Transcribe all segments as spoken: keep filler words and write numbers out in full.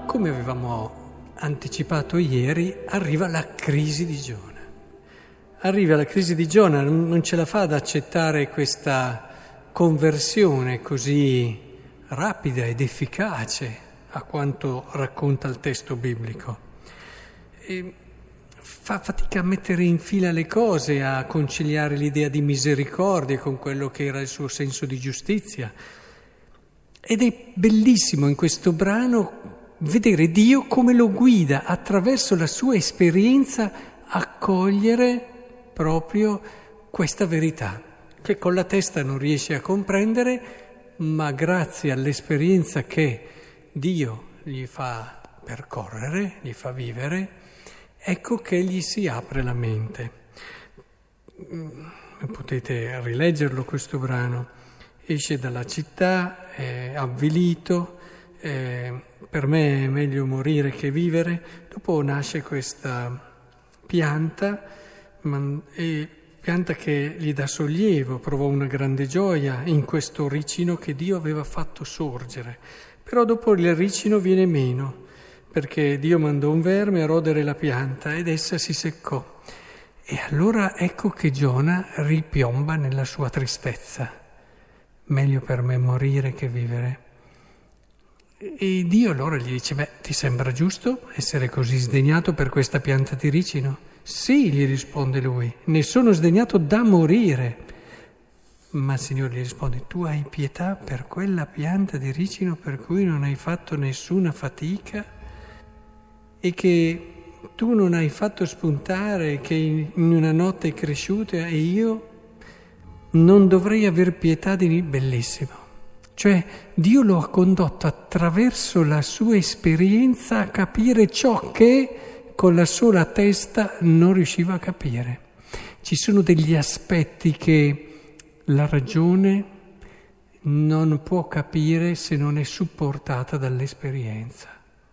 come avevamo anticipato ieri, arriva la crisi di Giona. Arriva la crisi di Giona, non ce la fa ad accettare questa conversione così rapida ed efficace a quanto racconta il testo biblico. E fa fatica a mettere in fila le cose, a conciliare l'idea di misericordia con quello che era il suo senso di giustizia. Ed è bellissimo in questo brano vedere Dio come lo guida attraverso la sua esperienza a cogliere proprio questa verità, che con la testa non riesce a comprendere, ma grazie all'esperienza che Dio gli fa percorrere, gli fa vivere, ecco che gli si apre la mente. Potete rileggerlo questo brano. Esce dalla città, è avvilito, eh, per me è meglio morire che vivere. Dopo nasce questa pianta, man, e pianta che gli dà sollievo, provò una grande gioia in questo ricino che Dio aveva fatto sorgere. Però dopo il ricino viene meno, perché Dio mandò un verme a rodere la pianta ed essa si seccò. E allora ecco che Giona ripiomba nella sua tristezza. Meglio per me morire che vivere. E Dio allora gli dice, beh, ti sembra giusto essere così sdegnato per questa pianta di ricino? Sì, gli risponde lui, ne sono sdegnato da morire. Ma il Signore gli risponde, tu hai pietà per quella pianta di ricino per cui non hai fatto nessuna fatica e che tu non hai fatto spuntare, che in una notte è cresciuta e io non dovrei aver pietà di me. Bellissimo. Cioè Dio lo ha condotto attraverso la sua esperienza a capire ciò che con la sola testa non riusciva a capire. Ci sono degli aspetti che la ragione non può capire se non è supportata dall'esperienza.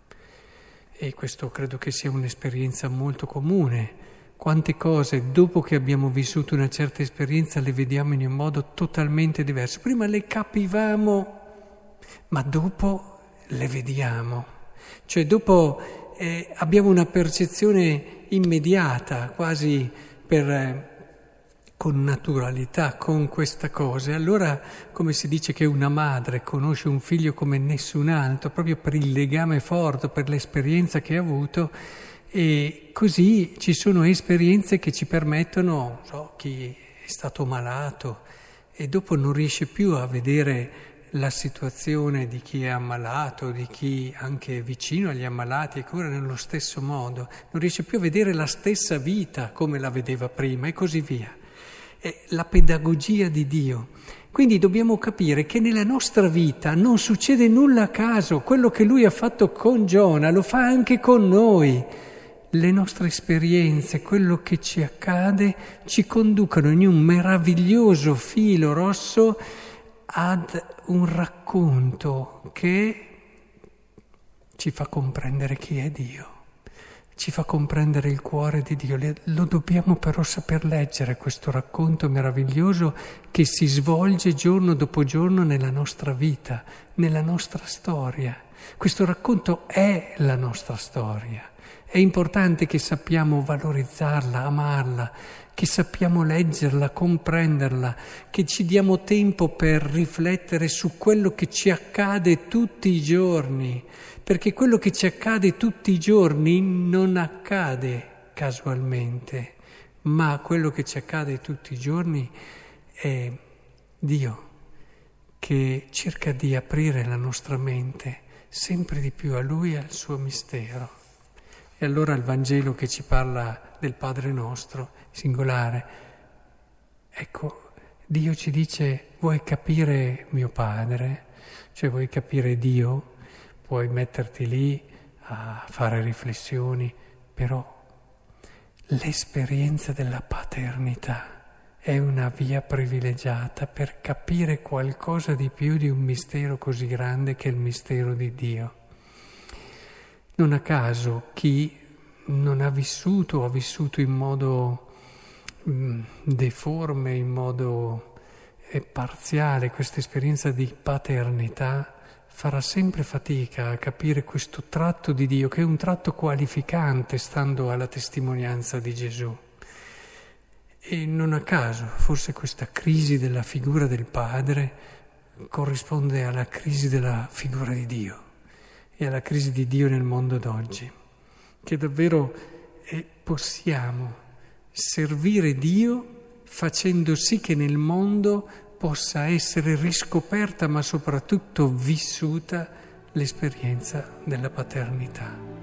E questo credo che sia un'esperienza molto comune. Quante cose, dopo che abbiamo vissuto una certa esperienza, le vediamo in un modo totalmente diverso. Prima le capivamo, ma dopo le vediamo. Cioè dopo eh, abbiamo una percezione immediata, quasi per, eh, con naturalità, con questa cosa. Allora, come si dice che una madre conosce un figlio come nessun altro, proprio per il legame forte, per l'esperienza che ha avuto. E così ci sono esperienze che ci permettono, non so, chi è stato malato e dopo non riesce più a vedere la situazione di chi è ammalato, di chi anche è vicino agli ammalati e cura nello stesso modo, non riesce più a vedere la stessa vita come la vedeva prima e così via. È la pedagogia di Dio. Quindi dobbiamo capire che nella nostra vita non succede nulla a caso, quello che Lui ha fatto con Giona lo fa anche con noi. Le nostre esperienze, quello che ci accade, ci conducono in un meraviglioso filo rosso ad un racconto che ci fa comprendere chi è Dio, ci fa comprendere il cuore di Dio. Lo dobbiamo però saper leggere, questo racconto meraviglioso che si svolge giorno dopo giorno nella nostra vita, nella nostra storia. Questo racconto è la nostra storia. È importante che sappiamo valorizzarla, amarla, che sappiamo leggerla, comprenderla, che ci diamo tempo per riflettere su quello che ci accade tutti i giorni, perché quello che ci accade tutti i giorni non accade casualmente, ma quello che ci accade tutti i giorni è Dio che cerca di aprire la nostra mente sempre di più a Lui e al suo mistero. E allora il Vangelo che ci parla del Padre nostro, singolare, ecco, Dio ci dice, vuoi capire mio Padre? Cioè vuoi capire Dio? Puoi metterti lì a fare riflessioni, però l'esperienza della paternità è una via privilegiata per capire qualcosa di più di un mistero così grande che è il mistero di Dio. Non a caso chi non ha vissuto o ha vissuto in modo mh, deforme, in modo eh, parziale questa esperienza di paternità, farà sempre fatica a capire questo tratto di Dio, che è un tratto qualificante stando alla testimonianza di Gesù. E non a caso, forse questa crisi della figura del Padre corrisponde alla crisi della figura di Dio e alla crisi di Dio nel mondo d'oggi, che davvero eh, possiamo servire Dio facendo sì che nel mondo possa essere riscoperta, ma soprattutto vissuta, l'esperienza della paternità.